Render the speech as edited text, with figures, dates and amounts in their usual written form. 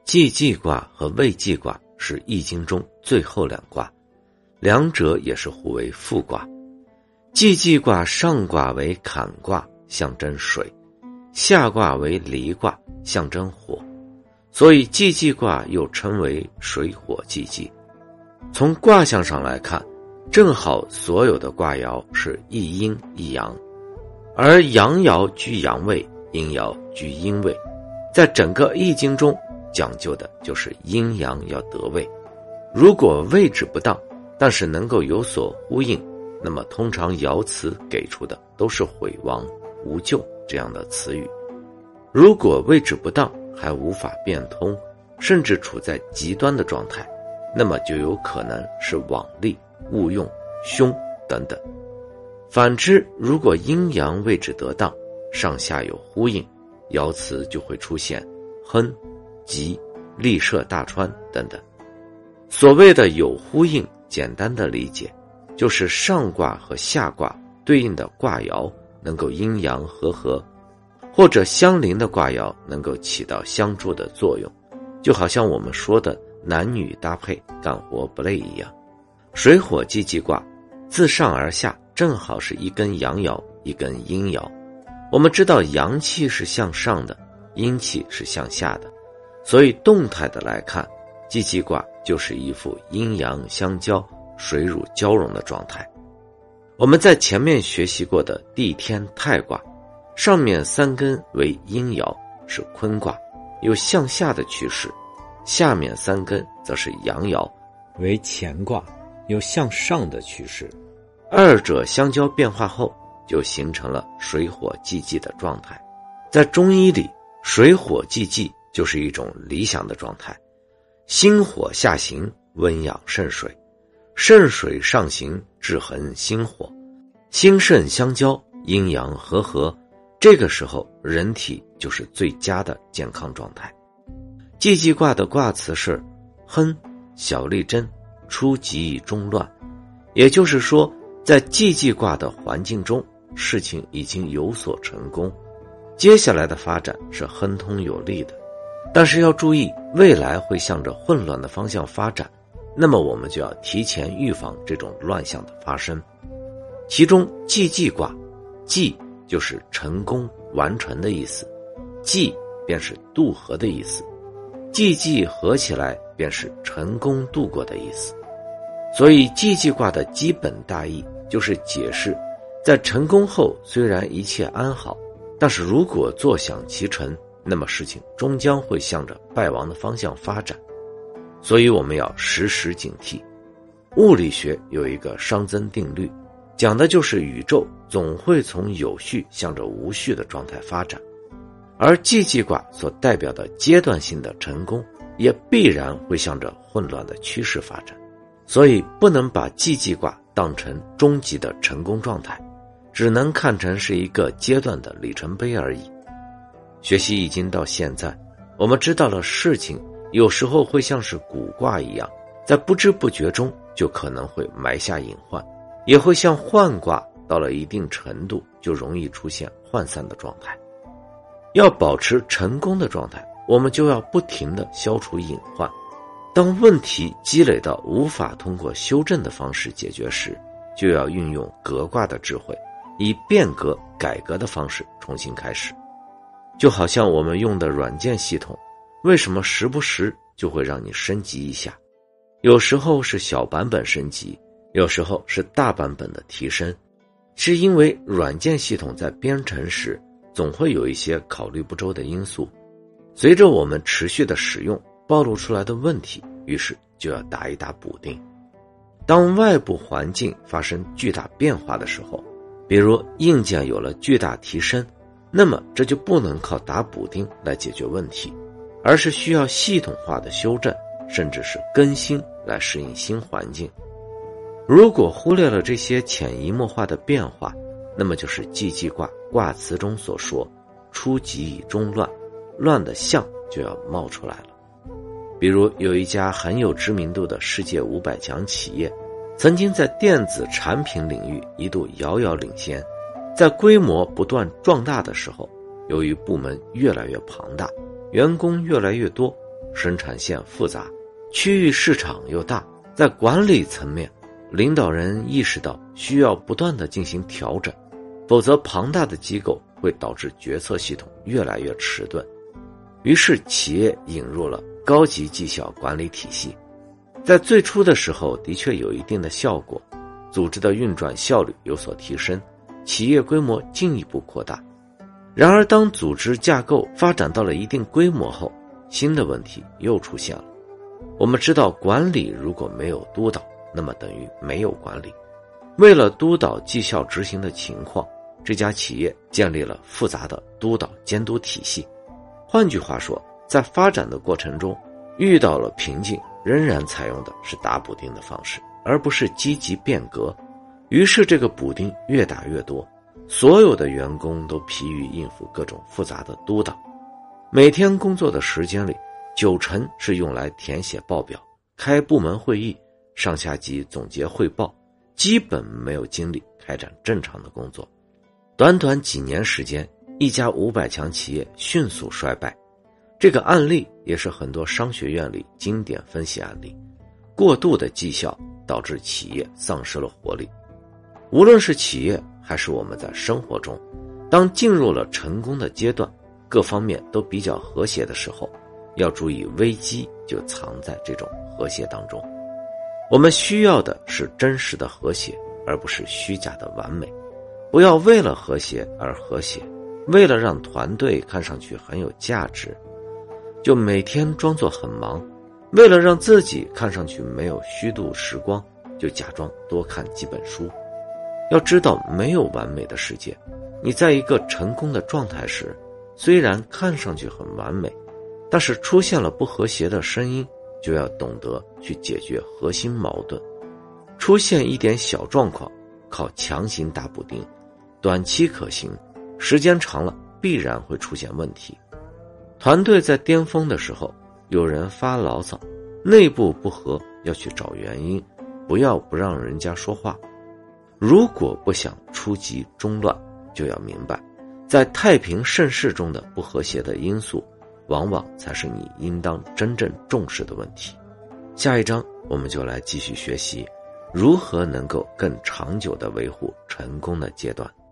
既济卦和未济卦是易经中最后两卦，两者也是互为复卦。既济卦上卦为坎卦，象征水；下卦为离卦，象征火，所以既济卦又称为水火既济。从卦象上来看，正好所有的卦爻是一阴一阳，而阳爻居阳位，阴爻居阴位。在整个易经中讲究的就是阴阳要得位，如果位置不当，但是能够有所呼应，那么通常爻辞给出的都是毁亡、无救这样的词语。如果位置不当，还无法变通，甚至处在极端的状态，那么就有可能是罔力、误用、凶等等。反之，如果阴阳位置得当，上下有呼应，爻辞就会出现亨、吉、利涉大川等等。所谓的有呼应，简单的理解就是上卦和下卦对应的卦爻能够阴阳和合，或者相邻的卦爻能够起到相助的作用，就好像我们说的男女搭配干活不累一样。水火既济卦自上而下正好是一根阳爻一根阴爻。我们知道阳气是向上的，阴气是向下的，所以动态的来看，既济卦就是一副阴阳相交、水乳交融的状态。我们在前面学习过的地天泰卦，上面三根为阴爻，是坤卦，有向下的趋势；下面三根则是阳爻，为乾卦，有向上的趋势。二者相交变化后，就形成了水火既济的状态。在中医里，水火既济就是一种理想的状态。心火下行，温养肾水；肾水上行，制衡心火。心肾相交，阴阳和合，这个时候人体就是最佳的健康状态。既济卦的卦辞是亨，小利贞，出吉中乱。也就是说，在既济卦的环境中，事情已经有所成功，接下来的发展是亨通有利的。但是要注意，未来会向着混乱的方向发展，那么我们就要提前预防这种乱象的发生。其中既济卦，济就是成功完成的意思，济便是渡河的意思，既济合起来便是成功度过的意思。所以既济卦的基本大意就是解释，在成功后虽然一切安好，但是如果坐享其成，那么事情终将会向着败亡的方向发展。所以我们要时时警惕。物理学有一个熵增定律，讲的就是宇宙总会从有序向着无序的状态发展，而既济卦所代表的阶段性的成功，也必然会向着混乱的趋势发展。所以不能把既济卦当成终极的成功状态，只能看成是一个阶段的里程碑而已。学习易经到现在，我们知道了事情有时候会像是卜卦一样，在不知不觉中就可能会埋下隐患，也会像换卦到了一定程度就容易出现涣散的状态。要保持成功的状态，我们就要不停地消除隐患。当问题积累到无法通过修正的方式解决时，就要运用革卦的智慧，以变革改革的方式重新开始。就好像我们用的软件系统，为什么时不时就会让你升级一下？有时候是小版本升级，有时候是大版本的提升，是因为软件系统在编程时总会有一些考虑不周的因素，随着我们持续的使用，暴露出来的问题，于是就要打一打补丁。当外部环境发生巨大变化的时候，比如硬件有了巨大提升，那么这就不能靠打补丁来解决问题，而是需要系统化的修正，甚至是更新来适应新环境。如果忽略了这些潜移默化的变化，那么就是既济卦卦辞中所说出吉中乱，乱的象就要冒出来了。比如有一家很有知名度的世界500强企业，曾经在电子产品领域一度遥遥领先，在规模不断壮大的时候，由于部门越来越庞大，员工越来越多， 生产线复杂，区域市场又大，在管理层面，领导人意识到需要不断地进行调整，否则庞大的机构会导致决策系统越来越迟钝。于是企业引入了高级绩效管理体系，在最初的时候的确有一定的效果，组织的运转效率有所提升，企业规模进一步扩大。然而当组织架构发展到了一定规模后，新的问题又出现了。我们知道管理如果没有督导，那么等于没有管理。为了督导绩效执行的情况，这家企业建立了复杂的督导监督体系。换句话说，在发展的过程中，遇到了瓶颈，仍然采用的是打补丁的方式，而不是积极变革。于是这个补丁越打越多，所有的员工都疲于应付各种复杂的督导。每天工作的时间里，90%是用来填写报表、开部门会议、上下级总结汇报，基本没有精力开展正常的工作。短短几年时间，一家500强企业迅速衰败。这个案例也是很多商学院里经典分析案例。过度的绩效导致企业丧失了活力。无论是企业还是我们在生活中，当进入了成功的阶段，各方面都比较和谐的时候，要注意危机就藏在这种和谐当中。我们需要的是真实的和谐，而不是虚假的完美。不要为了和谐而和谐，为了让团队看上去很有价值，就每天装作很忙；为了让自己看上去没有虚度时光，就假装多看几本书。要知道，没有完美的世界。你在一个成功的状态时，虽然看上去很完美，但是出现了不和谐的声音，就要懂得去解决核心矛盾。出现一点小状况，靠强行打补丁，短期可行，时间长了必然会出现问题。团队在巅峰的时候，有人发牢骚，内部不和要去找原因，不要不让人家说话。如果不想出极中乱，就要明白，在太平盛世中的不和谐的因素，往往才是你应当真正重视的问题。下一章我们就来继续学习，如何能够更长久地维护成功的阶段。